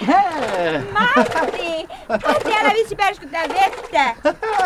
Matti! Matti, älä vitsi perskyttää vettä!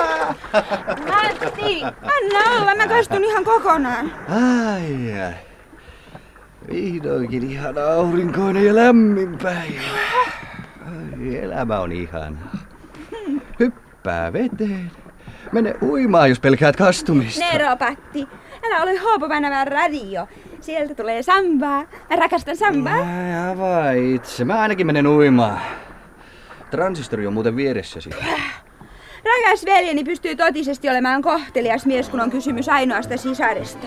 Matti! Anna olla, mä kastun ihan kokonaan. Ai. Vihdoinkin ihana aurinkoinen ja lämmin päivä. Ai, elämä on ihanaa. Hyppää veteen. Mene uimaan, jos pelkäät kastumista. Nero, Patti. Älä ole hoopomänävä radio. Sieltä tulee sambaa. Mä rakastan sambaa. Ai, avaa itse. Mä ainakin menen uimaan. Transistori on muuten vieressäsi. Rakas veljeni pystyy totisesti olemaan kohtelias mies, kun on kysymys ainoasta sisaresta.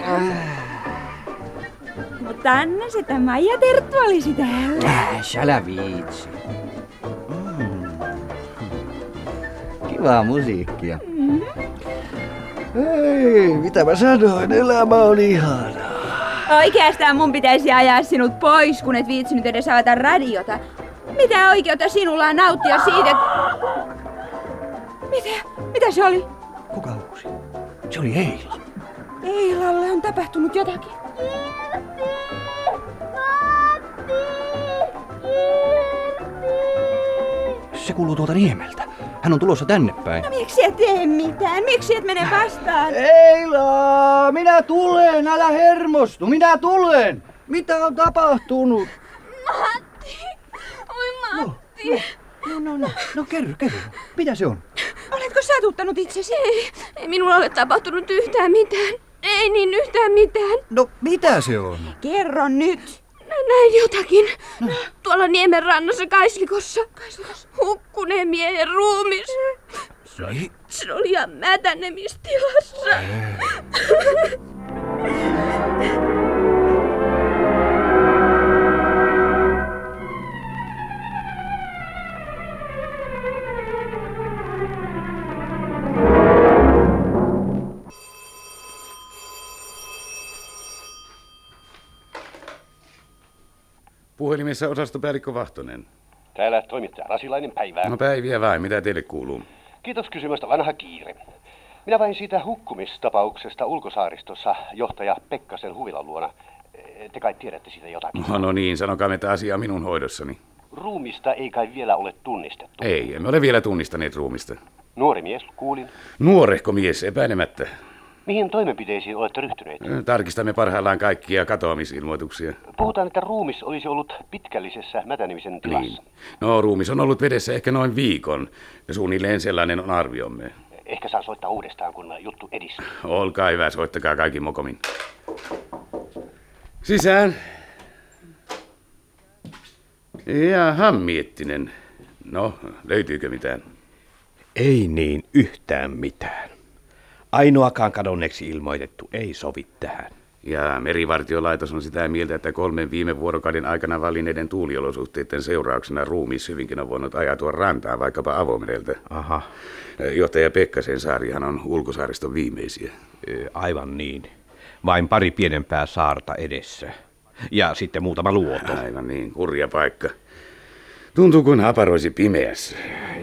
Mutta annas, että Maija Terttu olisi täällä. Älä viitsi. Kivaa musiikkia. Hei, mitä mä sanoin? Elämä on ihanaa. Oikeastaan mun pitäisi ajaa sinut pois, kun et viitsinyt edes avata radiota. Mitä oikeutta sinulla on nauttia siitä, Mitä se oli? Kuka huusi? Se oli Eila. Eilalle on tapahtunut jotakin. Se kuuluu tuolta niemeltä. Hän on tulossa tänne päin. No miksi et tee mitään? Miksi et mene vastaan? Eila! Minä tulen! Älä hermostu! Minä tulen! Mitä on tapahtunut? Matti! Oi Matti! No kerro. Mitä se on? Oletko satuttanut itsesi? Ei minulla ole tapahtunut yhtään mitään. Ei niin yhtään mitään. No mitä se on? Kerro nyt. Näin jotakin. No. Tuolla niemen rannassa Kaislikossa. Hukkuneen miehen ruumis. Se oli ihan mätänemistilassa. Puhelimessa osastopäällikkö Vahtonen. Täällä toimittaja Rasilainen, päivää. No päiviä vain, mitä teille kuuluu? Kiitos kysymästä, vanha kiire. Minä vain siitä hukkumistapauksesta Ulkosaaristossa johtaja Pekkasen huvilan luona. Te kai tiedätte siitä jotakin. No niin, sanokaa että asia minun hoidossani. Ruumista ei kai vielä ole tunnistettu. Ei, emme ole vielä tunnistaneet ruumista. Nuori mies, kuulin. Nuorehko mies, epäilemättä. Mihin toimenpiteisiin olette ryhtyneet? Tarkistamme parhaillaan kaikkia katoamisilmoituksia. Puhutaan, että ruumis olisi ollut pitkällisessä mätänemisen tilassa. Niin. No, ruumis on ollut vedessä ehkä noin viikon. Suunnilleen sellainen on arviomme. Ehkä saan soittaa uudestaan, kun juttu edistyy. Olkaa hyvä, soittakaa kaikki mokomin. Sisään. Jaha, Miettinen. No, löytyykö mitään? Ei niin yhtään mitään. Ainoakaan kadonneeksi ilmoitettu ei sovi tähän. Ja merivartiolaitos on sitä mieltä, että 3 viime vuorokauden aikana valinneiden tuuliolosuhteiden seurauksena ruumis hyvinkin on voinut ajatua rantaan vaikkapa avomereltä. Aha. Johtaja Pekkasen saarihan on Ulkosaariston viimeisiä. Aivan niin. Vain pari pienempää saarta edessä. Ja sitten muutama luoto. Aivan niin, kurja paikka. Tuntuu kuin haparoisi pimeässä.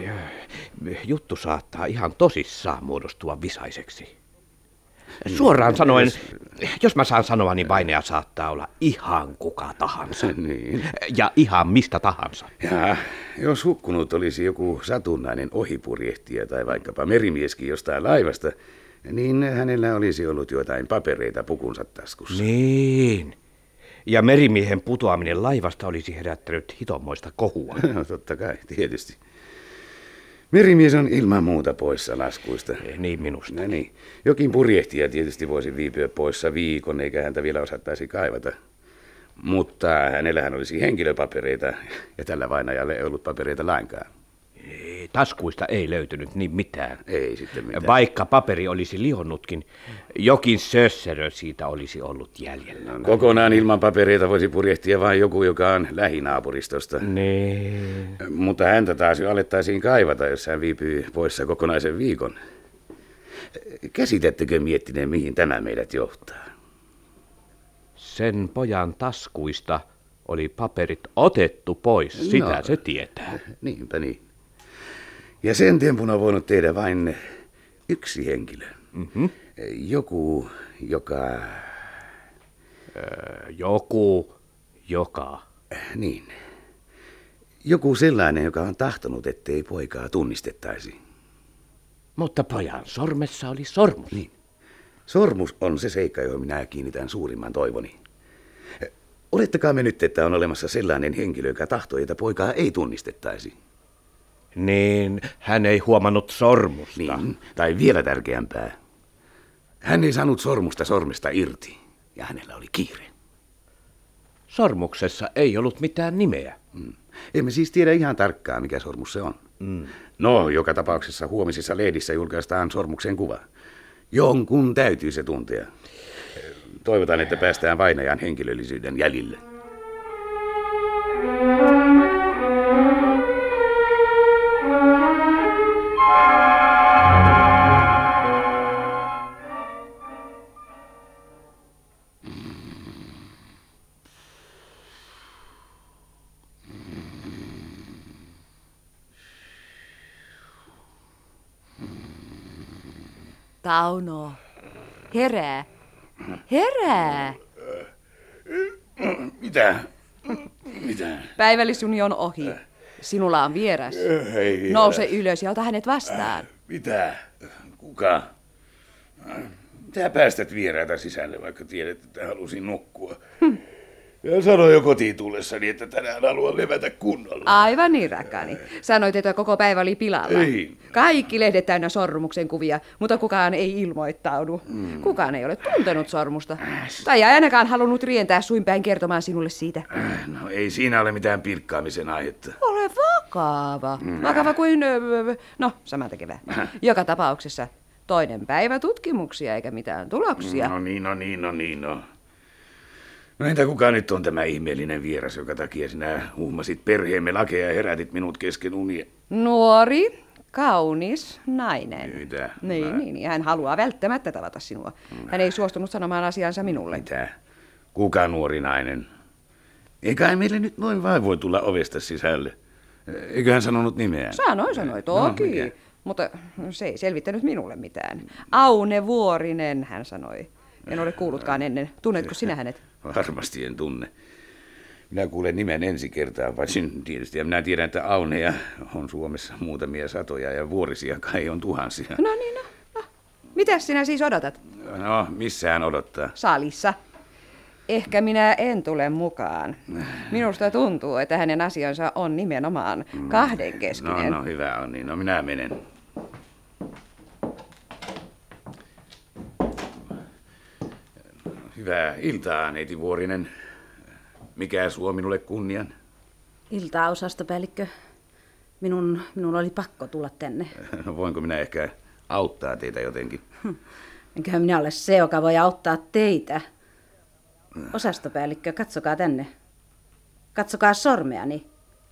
Juttu saattaa ihan tosissaan muodostua visaiseksi. Suoraan sanoen, jos mä saan sanoa, niin vainea saattaa olla ihan kuka tahansa. Niin. Ja ihan mistä tahansa. Ja jos hukkunut olisi joku satunnainen ohipurjehtija tai vaikkapa merimieskin jostain laivasta, niin hänellä olisi ollut jotain papereita pukunsa taskussa. Niin. Ja merimiehen putoaminen laivasta olisi herättänyt hitomoista kohua. No totta kai, tietysti. Merimies on ilman muuta poissa laskuista. Niin minusta. No niin. Jokin purjehtija tietysti voisi viipyä poissa viikon, eikä häntä vielä osattaisi kaivata. Mutta hänellähän olisi henkilöpapereita, ja tällä vainajalle ei ollut papereita lainkaan. Taskuista ei löytynyt niin mitään. Ei sitten mitään. Vaikka paperi olisi lihonnutkin, jokin sösserö siitä olisi ollut jäljellä. No, kokonaan ilman papereita voisi purjehtia vain joku, joka on lähinaapuristosta. Nee. Mutta häntä taas jo alettaisiin kaivata, jos hän viipyy poissa kokonaisen viikon. Käsitettekö Miettinen, mihin tämä meidät johtaa? Sen pojan taskuista oli paperit otettu pois, sitä se tietää. Niinpä niin. Ja sen tempun on voinut tehdä vain yksi henkilö. Mm-hmm. Joku, joka... Joku, joka... Niin. Joku sellainen, joka on tahtonut, ettei poikaa tunnistettaisi. Mutta pojan sormessa oli sormus. Niin. Sormus on se seikka, johon minä kiinnitän suurimman toivoni. Olettakaa me nyt, että on olemassa sellainen henkilö, joka tahtoo, että poikaa ei tunnistettaisi. Niin, hän ei huomannut sormusta. Niin, tai vielä tärkeämpää. Hän ei saanut sormusta sormesta irti, ja hänellä oli kiire. Sormuksessa ei ollut mitään nimeä. Emme siis tiedä ihan tarkkaan, mikä sormus se on. No, joka tapauksessa huomisissa lehdissä julkaistaan sormuksen kuva. Jonkun täytyy se tuntea. Toivotaan, että päästään vainajan henkilöllisyyden jäljille. Tauno, herää, herää. Mitä? Mitä? Päivällisuni on ohi. Sinulla on vieras. Ei Nouse ylös ja ota hänet vastaan. Mitä? Kuka? Mitä päästät vieraita sisälle, vaikka tiedät, että halusin nukkua? Ja sanoin jo kotiin tullessani, että tänään haluan levätä kunnolla. Aivan niin, rakkaani. Sanoit, että koko päivä oli pilalla. Ei. Kaikki lehdet täynnä sormuksen kuvia, mutta kukaan ei ilmoittaudu. Kukaan ei ole tuntenut sormusta. Tai ei ainakaan halunnut rientää suin päin kertomaan sinulle siitä. No ei siinä ole mitään pilkkaamisen aihetta. Ole vakava. Vakava kuin, no, samantekevää. Joka tapauksessa toinen päivä tutkimuksia eikä mitään tuloksia. No niin. No entä kuka nyt on tämä ihmeellinen vieras, joka takia sinä uhmasit perheemme lakeja ja herätit minut kesken unia? Nuori, kaunis nainen. Mitä? Niin. Hän haluaa välttämättä tavata sinua. Hän ei suostunut sanomaan asiansa minulle. Mitä? Kuka nuori nainen? Eikä meille nyt noin vain voi tulla ovesta sisälle. Eikö hän sanonut nimeään? Sanoi toki. mikä? Mutta se ei selvittänyt minulle mitään. Aune Vuorinen, hän sanoi. En ole kuullutkaan ennen. Tunnetko sinä hänet? Varmasti en tunne. Minä kuulen nimen ensi kertaa, paitsi tietysti. Ja minä tiedän, että Auneja on Suomessa muutamia satoja ja Vuorisia kai on tuhansia. No. Mitäs sinä siis odotat? No, missä hän odottaa? Salissa. Ehkä minä en tule mukaan. Minusta tuntuu, että hänen asiansa on nimenomaan kahdenkeskinen. No, hyvä on niin. No, minä menen. Hyvää iltaa, neiti Vuorinen. Mikä suo minulle kunnian? Iltaa, osastopäällikkö. Minun oli pakko tulla tänne. No, voinko minä ehkä auttaa teitä jotenkin? Enköhän minä ole se, joka voi auttaa teitä. Osastopäällikkö, katsokaa tänne. Katsokaa sormeani.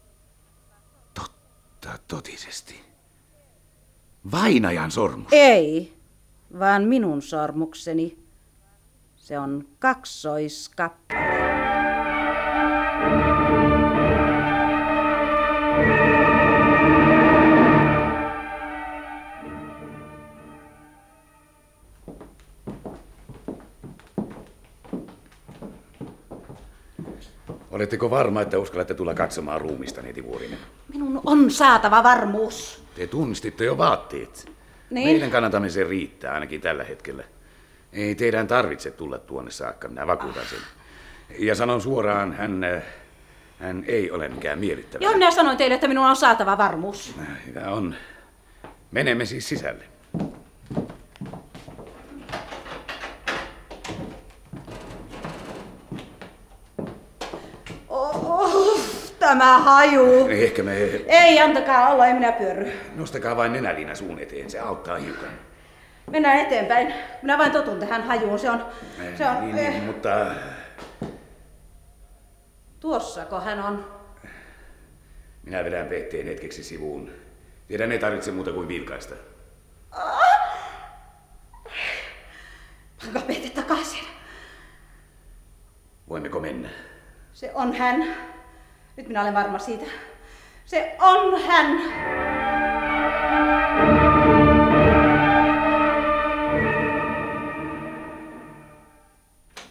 Totta, totisesti. Vainajan sormus. Ei, vaan minun sormukseni. Se on kaksoiskappale. Oletteko varma, että uskallatte tulla katsomaan ruumista, neiti Vuorinen? Minun on saatava varmuus. Te tunnistitte jo vaatteet. Niin. Meidän kannatamme se riittää ainakin tällä hetkellä. Ei teidän tarvitse tulla tuonne saakka, minä vakuutan sen. Ja sanon suoraan, hän ei ole mikään miellyttävä. Joo, minä sanoin teille, että minun on saatava varmuus. Hyvä on. Menemme siis sisälle. Tämä haju. Ehkä me... Ei, antakaa olla, ei minä pyörry. Nostakaa vain nenäliina suun eteen, se auttaa hiukan. Mennään eteenpäin. Minä vain totun tähän hajuun. Se on... Niin, mutta... Tuossako hän on? Minä vedän peitteen hetkeksi sivuun. Teidän ei tarvitse muuta kuin vilkaista. Pankaa peite takaisin. Voimmeko mennä? Se on hän. Nyt minä olen varma siitä. Se on hän.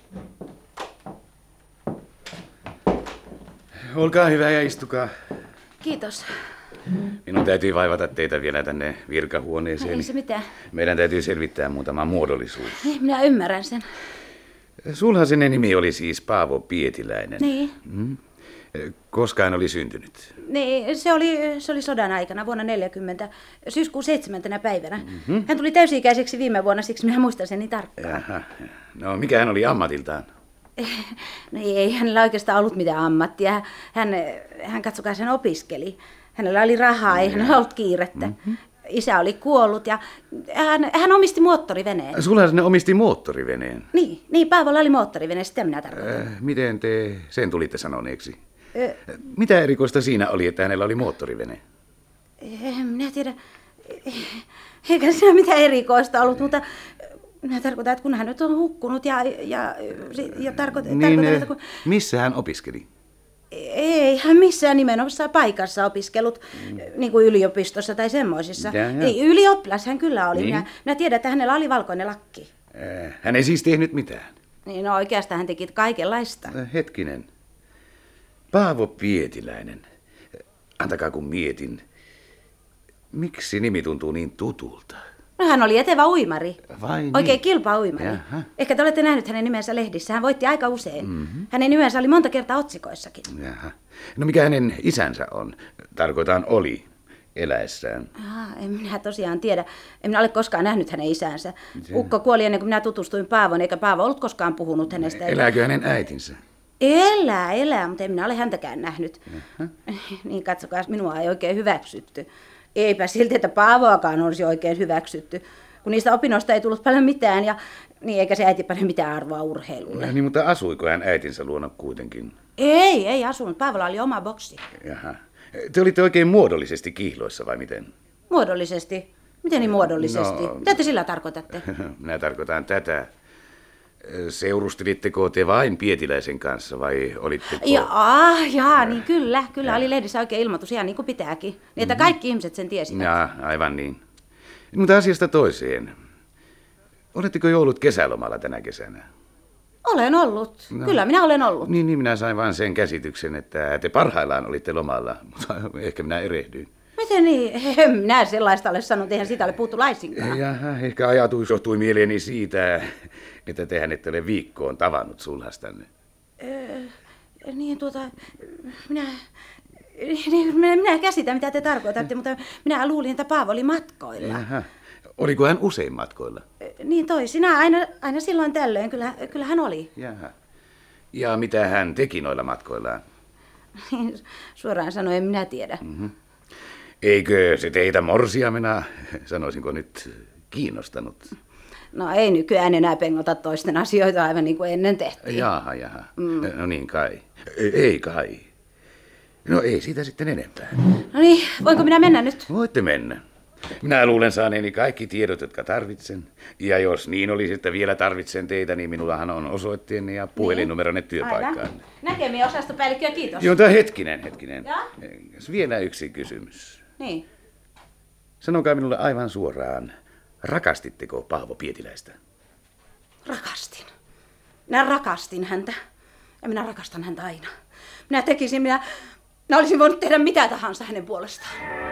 Olkaa hyvä ja istukaa. Kiitos. Minun täytyy vaivata teitä vielä tänne virkahuoneeseen. Ei se mitään. Meidän täytyy selvittää muutama muodollisuus. Ei, minä ymmärrän sen. Sulhasen nimi oli siis Paavo Pietiläinen. Niin. Koska hän oli syntynyt? Niin, se oli sodan aikana vuonna 40, syyskuun 7. päivänä. Hän tuli täysi-ikäiseksi viime vuonna, siksi minä muistan sen niin tarkkaan. Jaha. No, mikä hän oli ammatiltaan? No ei hänellä oikeastaan ollut mitään ammattia. Hän katsokaa, hän opiskeli. Hänellä oli rahaa, ei hänellä ollut kiirettä. Isä oli kuollut ja hän omisti moottoriveneen. Sulhasen omisti moottoriveneen? Niin, Paavolla oli moottorivene, sitä minä tarkoitan. Miten te sen tulitte sanoneeksi? Mitä erikoista siinä oli, että hänellä oli moottorivene? En minä tiedä. Eikä siinä mitään erikoista ollut, mutta minä tarkoitan, että kun hän nyt on hukkunut ja tarkoitan, että kun... Missä hän opiskeli? Ei hän missään nimenomaisessa paikassa opiskellut, niin kuin yliopistossa tai semmoisissa. Ei, ylioppilas hän kyllä oli. Niin? Minä tiedän, että hänellä oli valkoinen lakki. Hän ei siis tehnyt mitään? Niin, no oikeastaan hän teki kaikenlaista. Hetkinen. Paavo Pietiläinen. Antakaa kun mietin. Miksi nimi tuntuu niin tutulta? No hän oli etevä uimari. Vai niin? Oikein kilpa-uimari. Jaha. Ehkä te olette nähnyt hänen nimensä lehdissä. Hän voitti aika usein. Hänen nimensä oli monta kertaa otsikoissakin. Jaha. No mikä hänen isänsä on? Tarkoitan oli eläessään. En minä tosiaan tiedä. En minä ole koskaan nähnyt hänen isänsä. Ukko kuoli ennen kuin minä tutustuin Paavoon, eikä Paavo ollut koskaan puhunut hänestä. Elääkö hänen äitinsä? Elää, mutta en minä ole häntäkään nähnyt. Niin katsokaa, minua ei oikein hyväksytty. Eipä silti, että Paavoakaan olisi oikein hyväksytty, kun niistä opinnoista ei tullut paljon mitään, ja niin eikä se äiti paljon mitään arvoa urheilulle. Niin, mutta asuiko hän äitinsä luona kuitenkin? Ei asunut. Paavolla oli oma boksi. Jaha. Te olitte oikein muodollisesti kihloissa vai miten? Muodollisesti? Miten niin muodollisesti? No, mitä te sillä tarkoitatte? Minä tarkoitan tätä. Seurustelitteko te vain Pietiläisen kanssa vai olitteko... Niin kyllä oli lehdissä oikein ilmoitus, ihan niin kuin pitääkin. Niin, että kaikki ihmiset sen tiesivät. Ja, aivan niin. Mutta asiasta toiseen. Oletteko jo ollut kesälomalla tänä kesänä? Olen ollut. No. Kyllä minä olen ollut. Niin, minä sain vain sen käsityksen, että te parhaillaan olitte lomalla, mutta ehkä minä erehdyin. Miten niin? En minä sellaista ole sanonut, eihän siitä ole puhuttu laisinkaan. Jaha, ehkä ajatus johtui mieleeni siitä, että tehän ette ole viikkoon tavannut sulhastanne. Minä käsitän, mitä te tarkoitatte, mutta minä luulin, että Paavo oli matkoilla. Jaha. Oliko hän usein matkoilla? Niin toisinaan, aina silloin tällöin, kyllä hän oli. Jaha. Ja mitä hän teki noilla matkoillaan? Suoraan sanoen minä tiedä. Eikö se teitä morsiamena, sanoisinko nyt, kiinnostanut? No ei nykyään enää pengota toisten asioita aivan niin kuin ennen tehtiin. Jaha. No niin kai. Ei kai. No ei siitä sitten enempää. No niin, voinko minä mennä nyt? Voitte mennä. Minä luulen saaneeni kaikki tiedot, jotka tarvitsen. Ja jos niin olisi, että vielä tarvitsen teitä, niin minullahan on osoitteenne ja puhelinnumeronne työpaikkaan. Näkemiin osastopäällikkö, kiitos. Jota hetkinen. Ja? Vielä yksi kysymys. Niin. Sanokaa minulle aivan suoraan, rakastitteko Paavo Pietiläistä? Rakastin. Minä rakastin häntä. Ja minä rakastan häntä aina. Minä olisin voinut tehdä mitä tahansa hänen puolestaan.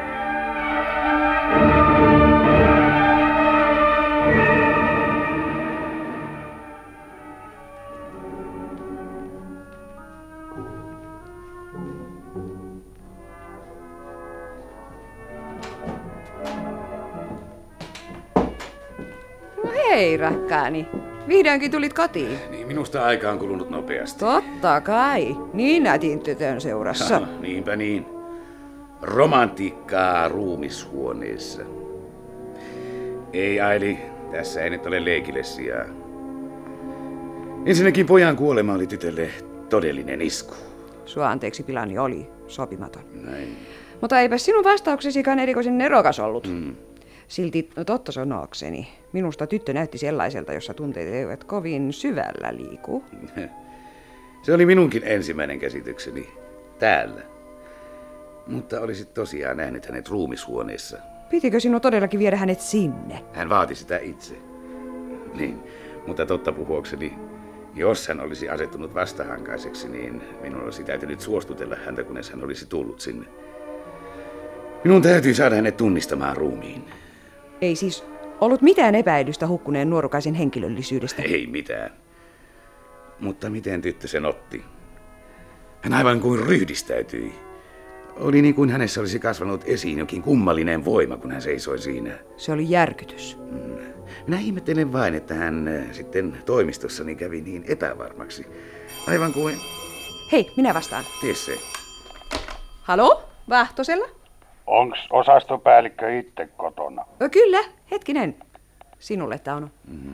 No hei, rakkaani. Vihdoinkin tulit kotiin. Niin, minusta aika on kulunut nopeasti. Totta kai. Niin nätin tytön seurassa. Niinpä niin. Romantiikkaa ruumishuoneessa. Ei Aili, tässä ei nyt ole leikille sijaa. Ensinnäkin pojan kuolema oli tytölle todellinen isku. Sua anteeksi pilani oli sopimaton. Näin. Mutta eipä sinun vastauksesikaan erikoisen nerokas ollut. Silti totta sanoakseni, minusta tyttö näytti sellaiselta, jossa tunteet eivät kovin syvällä liiku. Se oli minunkin ensimmäinen käsitykseni. Täällä. Mutta olisit tosiaan nähnyt hänet ruumishuoneessa. Pitikö sinun todellakin viedä hänet sinne? Hän vaati sitä itse. Niin, mutta totta puhuakseni, jos hän olisi asettunut vastahankaiseksi, niin minun olisi täytynyt suostutella häntä, kunnes hän olisi tullut sinne. Minun täytyy saada hänet tunnistamaan ruumiin. Ei siis ollut mitään epäilystä hukkuneen nuorukaisen henkilöllisyydestä. Ei mitään. Mutta miten tyttö sen otti? Hän aivan kuin ryhdistäytyi. Oli niin kuin hänessä olisi kasvanut esiin jokin kummallinen voima, kun hän seisoi siinä. Se oli järkytys. Minä ihmettelen vain, että hän sitten toimistossani kävi niin epävarmaksi. Aivan kuin... Hei, minä vastaan. Tee se. Halo? Vahtosella? Onks osastopäällikkö itse kotona? Kyllä, hetkinen. Sinulle, Tauno.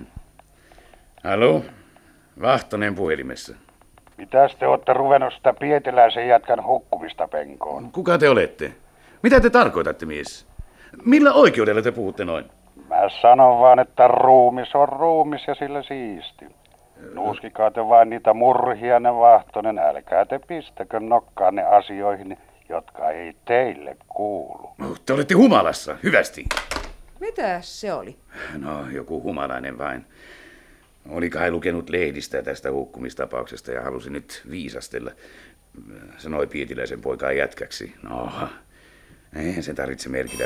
Halo? Vahtonen puhelimessa. Mitäs te ootte ruvennut sitä Pietiläisen jätkän hukkumista penkoon? Kuka te olette? Mitä te tarkoitatte, mies? Millä oikeudella te puhutte noin? Mä sanon vaan, että ruumis on ruumis ja sillä siisti. Nuuskikaa te vain niitä murhia, ne Vahtonen. Älkää te pistäkö nokkaan ne asioihin, jotka ei teille kuulu. Te olette humalassa, hyvästi. Mitäs se oli? No, joku humalainen vain. Oli kai lukenut lehdistä tästä hukkumistapauksesta ja halusi nyt viisastella. Sanoi Pietiläisen poikaa jätkäksi. No, eihän sen tarvitse merkitä.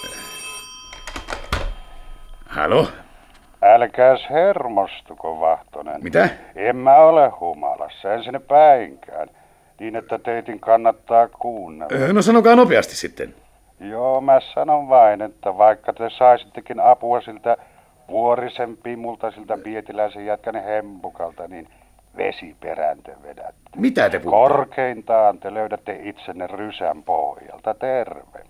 Halo? Älkääs hermostuko, Vahtonen. Mitä? En mä ole humalassa, en sinne päinkään. Niin, että teitin kannattaa kuunnella. No sanokaa nopeasti sitten. Joo, mä sanon vain, että vaikka te saisittekin apua siltä Vuorisen Pimulta, siltä Pietiläisen jätkän hempukalta, niin vesiperään te vedätte. Mitä te puhutte? Korkeintaan te löydätte itsenne rysän pohjalta. Terve.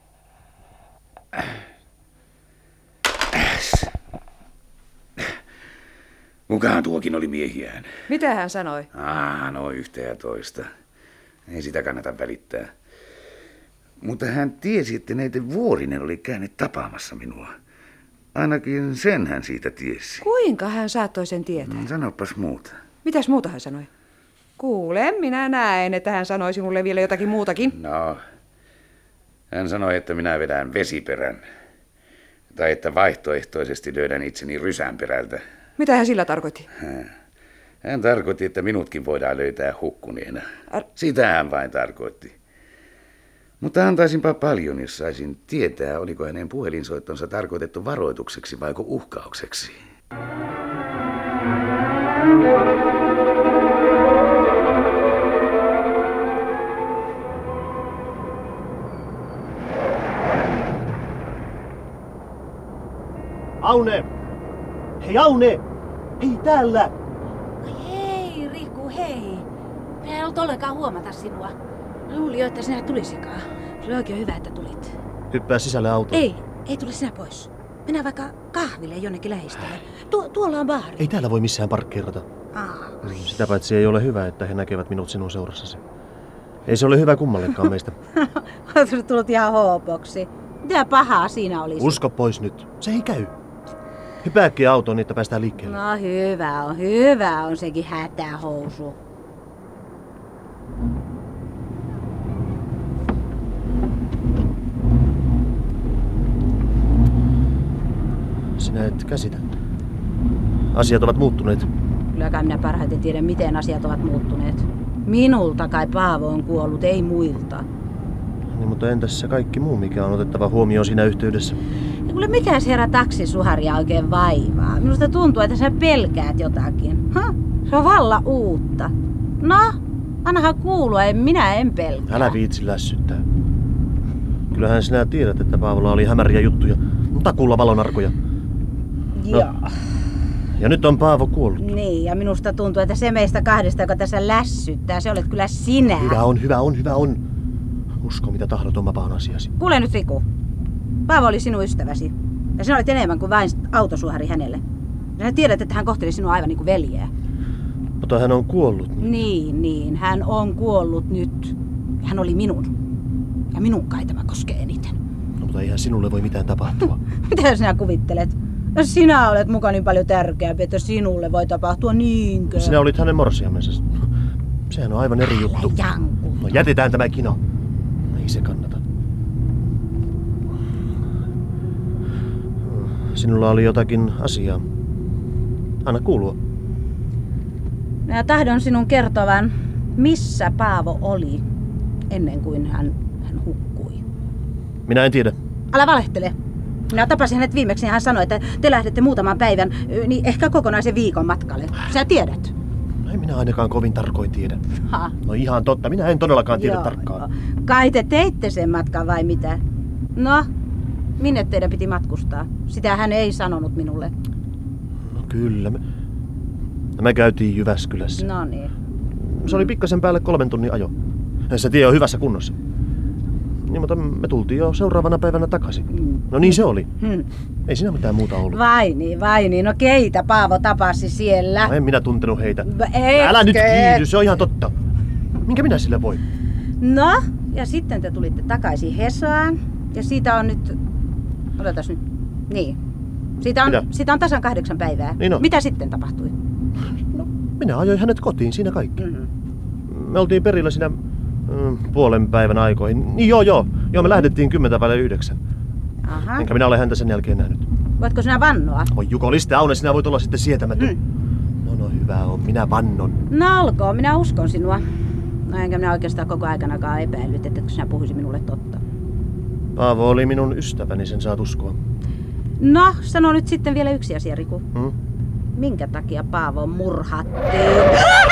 Kukahan tuokin oli miehiään? Mitä hän sanoi? No yhtä ja toista. Ei sitä kannata välittää. Mutta hän tiesi, että neiti Vuorinen oli käynyt tapaamassa minua. Ainakin sen hän siitä tiesi. Kuinka hän saattoi sen tietää? Sanopas muuta. Mitäs muuta hän sanoi? Kuule, minä näen, että hän sanoi sinulle vielä jotakin muutakin. No, hän sanoi, että minä vedän vesiperän. Tai että vaihtoehtoisesti löydän itseni rysänperältä. Mitä hän sillä tarkoitti? Hän tarkoitti, että minutkin voidaan löytää hukkuneena. Sitä hän vain tarkoitti. Mutta antaisinpa paljon, jos saisin tietää, oliko hänen puhelinsoittonsa tarkoitettu varoitukseksi vaiko uhkaukseksi. Aune! Hei Aune! Hei täällä! Hei Riku, hei. Mä en ollut ollenkaan huomata sinua. Luulin jo, että sinä tulisikaan. Se oli oikein hyvä, että tulit. Hyppää sisälle autoon. Ei tule sinä pois. Mennään vaikka kahville jonnekin lähistölle. Tuolla on baari. Ei täällä voi missään parkkeerata. Sitä paitsi ei ole hyvä, että he näkevät minut sinun seurassasi. Ei se ole hyvä kummallekaan meistä. Oletko tullut ihan hoopoksi? Mitä pahaa siinä olisi? Usko pois nyt. Se ei käy. Hyppääkkiä autoon, niin että päästään liikkeelle. No hyvä on sekin hätähousu. Sinä et käsitä. Asiat ovat muuttuneet. Kylläkään minä parhaiten tiedän, miten asiat ovat muuttuneet. Minulta kai Paavo on kuollut, ei muilta. Niin, mutta entäs se kaikki muu, mikä on otettava huomioon siinä yhteydessä? Ja kuule, mikä se herra taksisuharia oikein vaivaa? Minusta tuntuu, että sä pelkäät jotakin. Se on valla uutta. No, annahan kuulua, minä en pelkää. Älä viitsi lässyttää. Kyllähän sinä tiedät, että Paavolla oli hämäriä juttuja. Takuulla valonarkoja. Joo. Ja nyt on Paavo kuollut. Niin, ja minusta tuntuu, että se meistä kahdesta, joka tässä lässyttää, se olet kyllä sinä. Hyvä on. Usko, mitä tahdot, on vapaan asiasi. Kuule nyt, Riku. Paavo oli sinun ystäväsi. Ja sinä olit enemmän kuin vain autosuhari hänelle. Ja sä tiedät, että hän kohteli sinua aivan niin kuin veljeä. Mutta hän on kuollut. Niin. Hän on kuollut nyt. Hän oli minun. Ja minun kai tämä koskee eniten. No, mutta eihän sinulle voi mitään tapahtua. Mitä sinä kuvittelet? Jos sinä olet muka niin paljon tärkeämpi, että sinulle voi tapahtua niinkö? Sinä olit hänen morsiamensa. Sehän on aivan eri juttu. Janku. No jätetään tämä kino. Ei se kannata. Sinulla oli jotakin asiaa. Anna kuulua. Minä tahdon sinun kertovan, missä Paavo oli ennen kuin hän hukkui. Minä en tiedä. Älä valehtele. Minä tapasin hänet viimeksi ja hän sanoi, että te lähdette muutaman päivän, niin ehkä kokonaisen viikon matkalle. Sä tiedät. Ei minä ainakaan kovin tarkoin tiedä. Ha. No ihan totta, minä en todellakaan tiedä tarkkaan. Joo. Kai te teitte sen matkan vai mitä? No, minne teidän piti matkustaa? Sitä hän ei sanonut minulle. No kyllä, me käytiin Jyväskylässä. No niin. Se oli pikkasen päälle 3 tunnin ajo. Se tie on hyvässä kunnossa. Niin, mutta me tultiin jo seuraavana päivänä takaisin. No niin se oli. Ei siinä mitään muuta ollut. Vai niin. No keitä Paavo tapasi siellä? No, en minä tuntenut heitä. Etkö? Älä nyt kiihdy, se on ihan totta. Minkä minä sille voin? No, ja sitten te tulitte takaisin Hesaan. Ja siitä on nyt... Odotas nyt. Niin. Siitä on tasan 8 päivää. Niin on. Mitä sitten tapahtui? No, minä ajoin hänet kotiin, siinä kaikki. Me oltiin perillä siinä puolen päivän aikoihin. Niin joo, me lähdettiin 8:10. Aha. Enkä minä ole häntä sen jälkeen nähnyt. Voitko sinä vannoa? Oi Juko Liste, Aune, sinä voit olla sitten sietämätön. No hyvä on, minä vannon. No olkoon, minä uskon sinua. No enkä minä oikeastaan koko aikanakaan epäillyt, että sinä puhuisi minulle totta. Paavo oli minun ystäväni, sen saat uskoa. No, sano nyt sitten vielä yksi asia, Riku. Minkä takia Paavo murhattiin?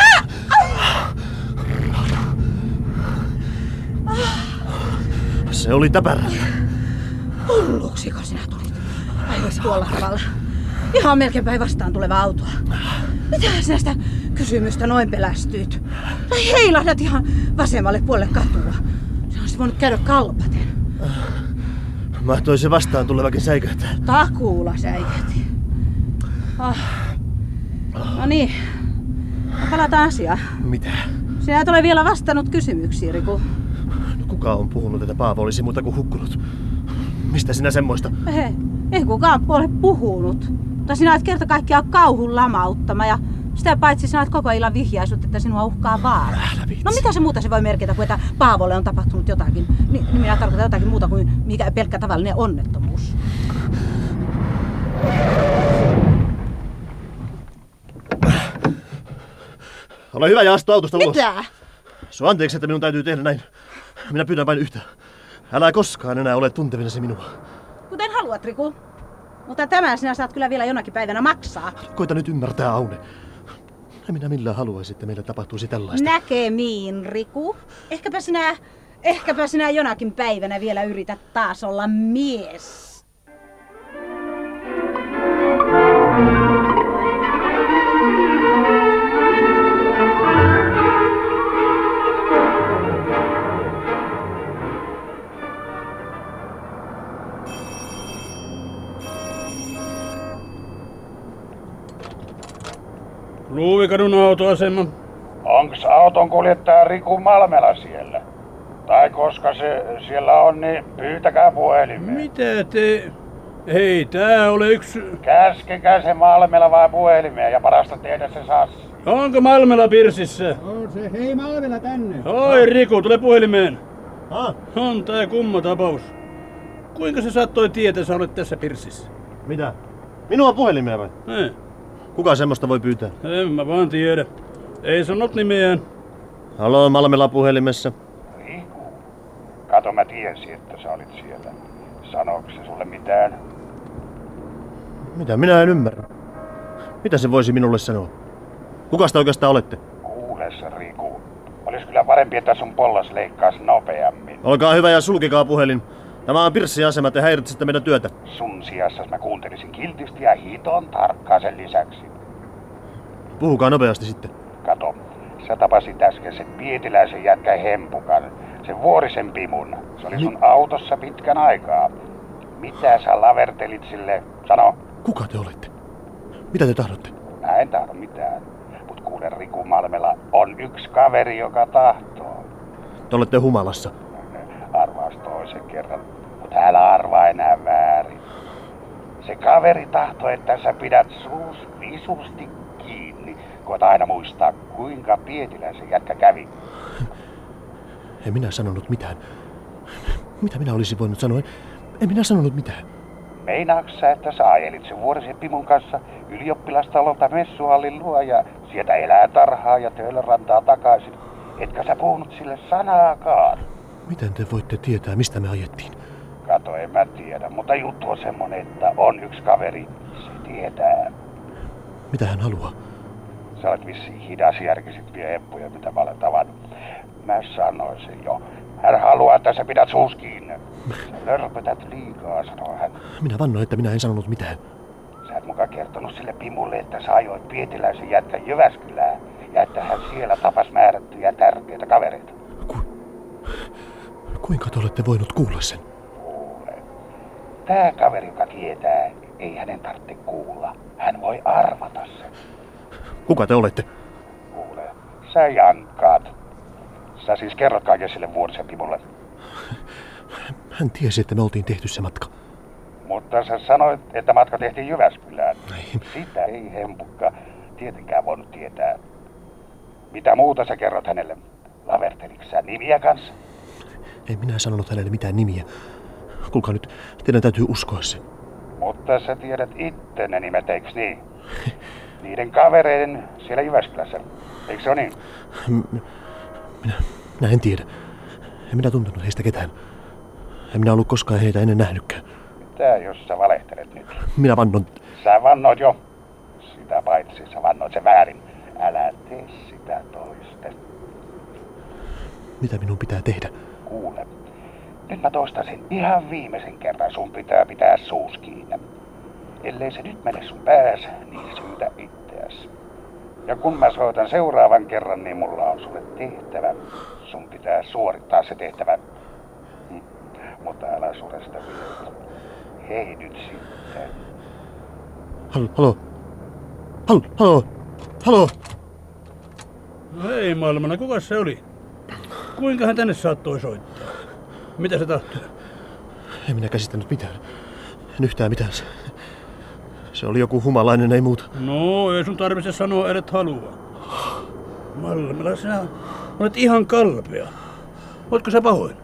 Se oli täpärä. Hulluksiko sinä tulit? Ajoit tuolla tavalla. Ihan melkeinpäin vastaan tuleva autoa. Mitä sinä sitä kysymystä noin pelästyit? Tai heilahdat ihan vasemmalle puolelle katua. Se olisi voinut käydä kalpaten. Mahtoi se vastaan tulevakin säikähtää. Takuulla säikähti. No niin, palataan asiaan. Mitä? Sinä et ole vielä vastannut kysymyksiin, Riku. No, kuka on puhunut, että Paavo olisi muuta kuin hukkunut? Mistä sinä semmoista? Ei kukaan ole puhunut. Mutta sinä olet kerta kaikkiaan kauhun lamauttama ja sitä paitsi sinä olet koko illan vihjaisut, että sinua uhkaa vaara. No mitä se muuta se voi merkitä kuin että Paavolle on tapahtunut jotakin? Niin minä tarkoitan jotakin muuta kuin mikä pelkkä tavallinen onnettomuus. Ole hyvä ja astu autosta ulos. Mitä? Sua anteeksi, että minun täytyy tehdä näin. Minä pyydän vain yhtä. Älä koskaan enää ole tuntevinasi minua. Kuten haluat, Riku. Mutta tämän sinä saat kyllä vielä jonakin päivänä maksaa. Koita nyt ymmärtää, Aune. En minä millään haluaisi, että meille tapahtuisi tällaista. Näkemiin, Riku. Ehkäpä sinä jonakin päivänä vielä yrität taas olla mies. Luuvikadun autoasema. Onks auton kuljettaja Riku Malmela siellä? Tai koska se siellä on, niin pyytäkää puhelimeen. Mitä te... Ei tää ole yksi... Käskekää se Malmela vai puhelimeen ja parasta tehdä se sassi. Onko Malmela pirsissä? On se. Hei Malmela tänne. Oi Riku, tule puhelimeen. Ah? On tää kumma tapaus. Kuinka se saattoi tietää, sä olet tässä pirsissä? Mitä? Minua puhelimeen vai? Ei. Kuka semmoista voi pyytää? En mä vaan tiedä. Ei sanonut nimeään. Halo, Malmela puhelimessa. Riku, kato mä tiesin, että sä olit siellä. Sanooko se sulle mitään? Mitä? Minä en ymmärrä. Mitä se voisi minulle sanoa? Kuka sitä oikeastaan olette? Kuules, Riku. Olis kyllä parempi, että sun pollas leikkaas nopeammin. Olkaa hyvä ja sulkekaa puhelin. Tämä on pirssiasema, te häiritsette meidän työtä. Sun sijassa mä kuuntelisin kiltisti ja hiton tarkkaan sen lisäksi. Puhukaa nopeasti sitten. Kato, sä tapasit äsken sen pietiläisen jätkän Hempukan, sen Vuorisen Pimun. Se oli sun autossa pitkän aikaa. Mitä sä lavertelit sille? Sano. Kuka te olette? Mitä te tahdotte? Mä en tahdo mitään. Mut kuule, Riku Malmela on yksi kaveri, joka tahtoo. Te olette humalassa. Arvaas toisen kerran, mut älä arvaa enää väärin. Se kaveri tahtoo, että sä pidät suus visusti kiinni. Koet aina muistaa, kuinka Pietiläisen jätkä kävi. En minä sanonut mitään. Mitä minä olisin voinut sanoa? En minä sanonut mitään. Meinaatko sä, että sä ajelit sen Vuorisen Pimun kanssa ylioppilastalolta messuhallin luo ja sieltä eläintarhaa ja Töölönrantaa takaisin? Etkä sä puhunut sille sanaakaan? Miten te voitte tietää, mistä me ajettiin? Kato, en mä tiedä, mutta juttu on semmonen, että on yksi kaveri, se tietää. Mitä hän haluaa? Sä olet vissiin hidasjärkisimpiä eppuja, mitä mä olen tavannut. Mä sanoin sen jo. Hän haluaa, että sä pidät suus kiinni. Sä lörpötät liikaa, sanoo hän. Minä vannoin, että minä en sanonut mitään. Sä et mukaan kertonut sille Pimulle, että sä ajoit pietiläisen jätkän Jyväskylään ja että hän siellä tapas määrättyjä tärkeitä kavereita. Kuinka te olette voinut kuulla sen? Kuule. Tää kaveri, joka tietää, ei hänen tarvitse kuulla. Hän voi arvata sen. Kuka te olette? Kuule, sä jankkaat. Sä siis kerrot kaiken sille Vuorisen Pimulle. Hän tiesi, että me oltiin tehty se matka. Mutta sä sanoit, että matka tehtiin Jyväskylään. Sitä ei hempukka tietenkään voinut tietää. Mitä muuta sä kerrot hänelle? Laverteliko sä nimiä kanssa? Ei minä sanonut hänelle mitään nimiä. Kuulkaa nyt, teidän täytyy uskoa se. Mutta sä tiedät itse ne nimet, eiks niin? Niiden kavereiden siellä Jyväskylässä. Eikö se ole niin? Minä en tiedä. En minä tuntenut heistä ketään. En minä ollut koskaan heitä ennen nähnytkään. Mitä jos sä valehtelet nyt? Minä vannon. Sä vannoit jo. Sitä paitsi sä vannoit sen väärin. Älä tee sitä toisten. Mitä minun pitää tehdä? Kuule. Nyt mä toistaisin ihan viimeisen kerran. Sun pitää pitää suus kiinni. Ellei se nyt mene sun pääs, niin syytä itseäsi. Ja kun mä soitan seuraavan kerran, niin mulla on sulle tehtävä. Sun pitää suorittaa se tehtävä. Mutta älä suresta vielä. Hei nyt sitten. Halo. Halo. No ei maailmana, kuka se oli? Kuinka hän tänne saattoi soittaa? Mitä se tahtoi? En minä käsittänyt mitään. En yhtään mitään. Se oli joku humalainen, ei muuta. No, ei sun tarvitse sanoa, edet halua. Malmela, sinä olet ihan kalpea. Ootko sä pahoin?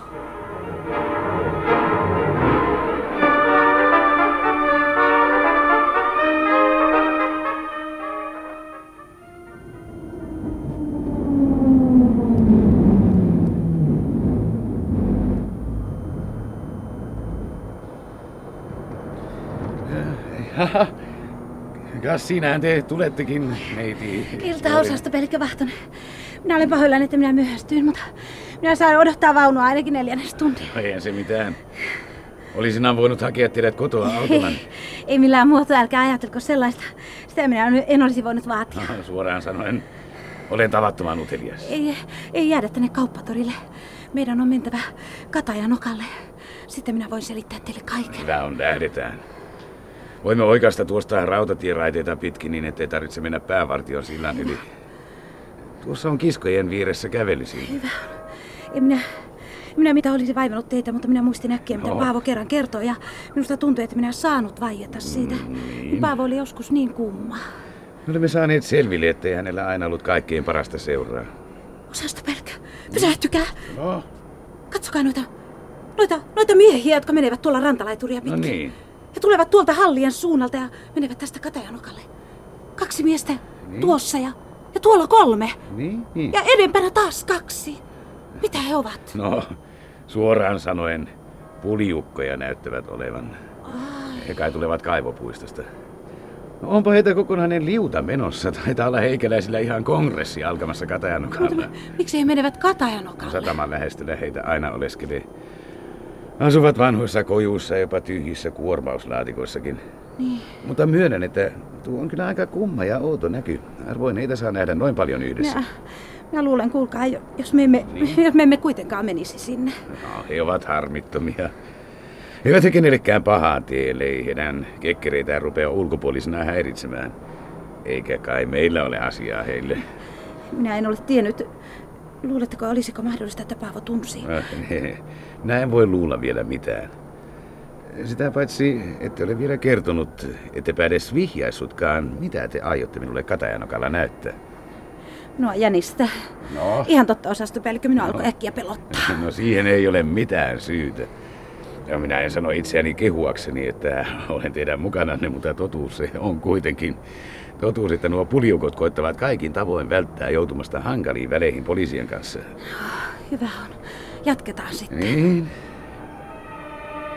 Kas siinähän te tulettekin, neiti. Iltaosastopäällikkö Vahtonen. Minä olen pahoillani, että minä myöhästyin, mutta minä saan odottaa vaunua ainakin 4 tuntia. Eihän se mitään. Olisinaan voinut hakea teidät kotoa autolla. Ei millään muotoa, älkää ajatelko sellaista. Sitä minä en olisi voinut vaatia. Suoraan sanoen, olen tavattoman utelias. Ei jäädä tänne kauppatorille. Meidän on mentävä Katajanokalle. Sitten minä voin selittää teille kaiken. Hyvä on, lähdetään. Voimme oikaista tuosta rautatieraiteita pitkin niin, ettei tarvitse mennä päävartion sillan yli. Tuossa on kiskojen vieressä kävelysi. Hyvä on. Minä mitä olisi vaivannut teitä, mutta minä muistin äkkiä, mitä Paavo kerran kertoi. Ja minusta tuntui, että minä en saanut vaieta siitä. Niin. Paavo oli joskus niin kumma. Me olemme saaneet selville, ettei hänellä aina ollut kaikkein parasta seuraa. Osastopäällikkö, pysähtykää. No? Katsokaa noita miehiä, jotka menevät tuolla rantalaituria pitkin. No niin. He tulevat tuolta hallien suunnalta ja menevät tästä Katajanokalle. 2 miestä niin. Tuossa ja tuolla 3. Niin. Ja edempänä taas 2. Mitä he ovat? No, suoraan sanoen puliukkoja näyttävät olevan. He kai tulevat kaivopuistosta. No, onpa heitä kokonainen liuta menossa. Taitaa olla heikäläisillä ihan kongressi alkamassa Katajanokalla. Miksi he menevät Katajanokalle? Sataman lähestyllä heitä aina oleskelee. Asuvat vanhoissa kojuissa, jopa tyhjissä kuormauslaatikoissakin. Niin. Mutta myönnän, että tuo on kyllä aika kumma ja outo näky. Harvoin heitä saa nähdä noin paljon yhdessä. Minä luulen, kuulkaa, jos me emme kuitenkaan menisi sinne. No, he ovat harmittomia. He eivät he kenellekään pahaa tee, ellei heidän kekkereitään rupea ulkopuolisena häiritsemään. Eikä kai meillä ole asiaa heille. Minä en ole tiennyt. Luuletteko, olisiko mahdollista, että Paavo tunsi? Minä en voi luulla vielä mitään. Sitä paitsi, ette ole vielä kertonut, ettepä edes vihjaissutkaan, mitä te aiotte minulle Katajanokalla näyttää. No jänistä. No. Ihan totta, osastopäällikkö, minua alkoi äkkiä pelottaa. No siihen ei ole mitään syytä. Ja minä en sano itseäni kehuakseni, että olen teidän mukananne, mutta totuus se on kuitenkin. Totuus, että nuo puliukot koittavat kaikin tavoin välttää joutumasta hankaliin väleihin poliisien kanssa. Hyvä on. Jatketaan sitten. Niin.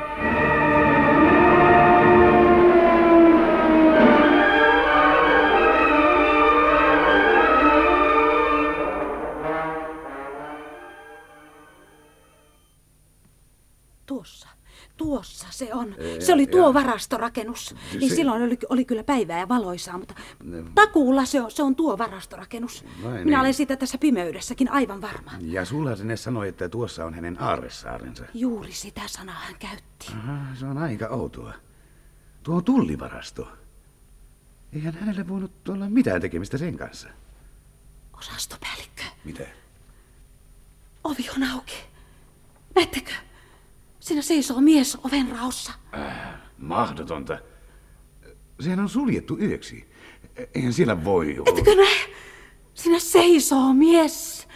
Tuossa se on. Se oli tuo varastorakennus. Niin silloin oli kyllä päivää ja valoisaa, mutta takuulla se on tuo varastorakennus. Minä olen siitä tässä pimeydessäkin aivan varma. Ja Sulhanen sanoi, että tuossa on hänen aarresaarensa. Juuri sitä sanaa hän käytti. Aha, se on aika outoa. Tuo on tullivarasto. Eihän hänelle voinut olla mitään tekemistä sen kanssa. Osastopäällikkö. Mitä? Ovi on auki. Näettekö? Siinä seisoo mies oven raossa. Mahdotonta. Sehän on suljettu yöksi. Eihän siellä voi olla. Ettekö näe? Siinä seisoo mies.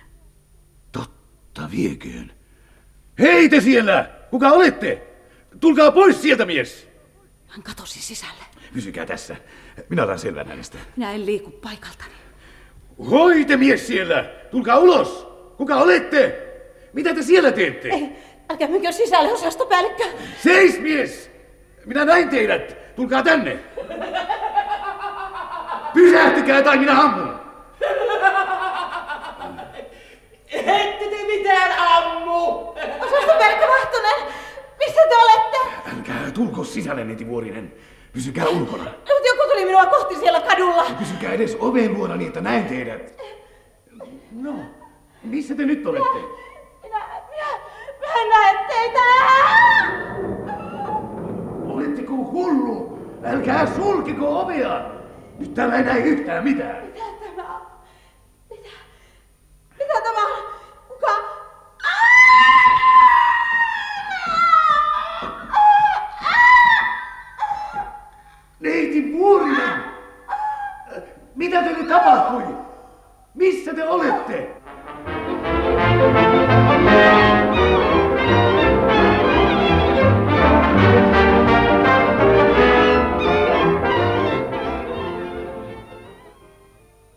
Totta vieköön. Hei te siellä! Kuka olette? Tulkaa pois sieltä, mies! Hän katosi sisälle. Pysykää tässä. Minä otan selvän hänestä. Minä en liiku paikaltani. Hoi te mies siellä! Tulkaa ulos! Kuka olette? Mitä te siellä teette? Ei, älkää menkö sisälle, osastopäällikkö. Seis, mies! Minä näin teidät! Tulkaa tänne! Pysähtykää tai minä ammun! Ette te mitään ammu! Osastopäällikkö Vahtonen, missä te olette? Älkää tulko sisälle, neiti Vuorinen. Pysykää ulkona. Mutta joku tuli minua kohti siellä kadulla. Pysykää edes oven luona niin, että näen teidät. No, missä te nyt olette? Minä en näe teitä. Oletteko hullu? Älkää sulkeko ovea. Nyt täällä ei näe yhtään mitään. Mitä tämä on? Kuka? Neiti Vuorinen! Mitä teille tapahtui? Missä te olette?